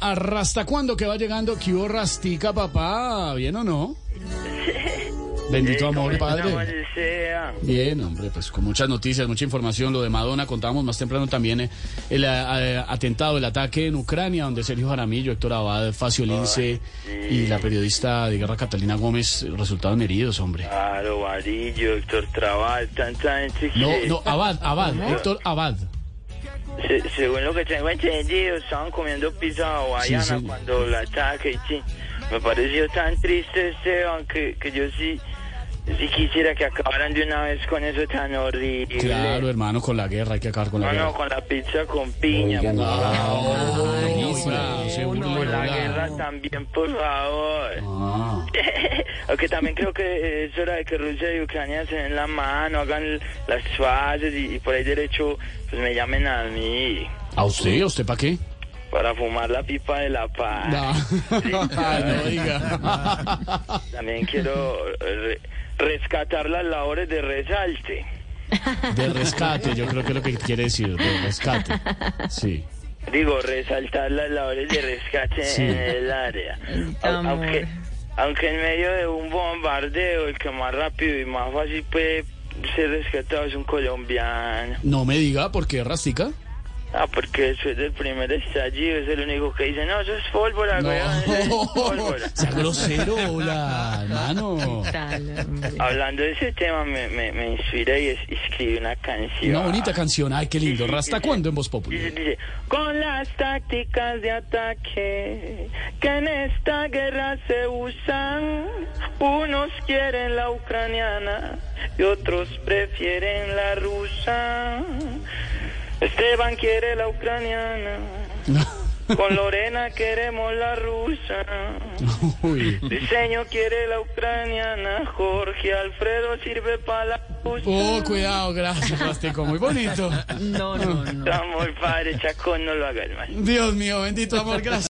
a Rasta cuándo que va llegando. ¿Qué hubo, Rastica, papá? ¿Bien o no? Bendito amor, padre. Bien, hombre, pues con muchas noticias, mucha información. Lo de Madonna, contábamos más temprano también el atentado, el ataque en Ucrania, donde Sergio Jaramillo, Héctor Abad, Facio Lince y la periodista de guerra Catalina Gómez resultaron heridos, hombre. Claro, Varillo, Héctor Trabal, tanta gente que... No, Abad, Héctor Abad. Según lo que tengo entendido, estaban comiendo pizza hawaiana cuando el ataque, sí. Me pareció tan triste, Esteban, que yo sí quisiera que acabaran de una vez con eso tan horrible. Claro, hermano, con la guerra hay que acabar con la guerra. No, con la pizza con piña. Con la guerra también, por favor. Aunque también creo que es hora de que Rusia y Ucrania se den la mano, hagan las fases y por ahí derecho pues me llamen a mí. ¿A usted? ¿A usted para qué? Para fumar la pipa de la paz. No, sí, no diga. También quiero rescatar las labores de resalte. De rescate, yo creo que es lo que quiere decir, de rescate. Sí. Digo, resaltar las labores de rescate en el área. Aunque en medio de un bombardeo, el que más rápido y más fácil puede ser rescatado es un colombiano. No me diga, ¿por qué, Rastica? Porque después del primer estallido es el único que dice, no, eso es pólvora, güey, eso es pólvora. Sea grosero, hola, hermano. Hablando de ese tema, me inspiré y escribí una canción. Una bonita canción, ay, qué lindo. ¿Rasta cuándo en Voz Populi? Dice, con las tácticas de ataque que en esta guerra se usan, unos quieren la ucraniana y otros prefieren la rusa. Esteban quiere la ucraniana, con Lorena queremos la rusa. Diseño quiere la ucraniana, Jorge Alfredo sirve para la rusa. Oh, cuidado, gracias, Rastico, muy bonito. No. Está muy padre, Chacón, no lo hagas más. Dios mío, bendito amor, gracias.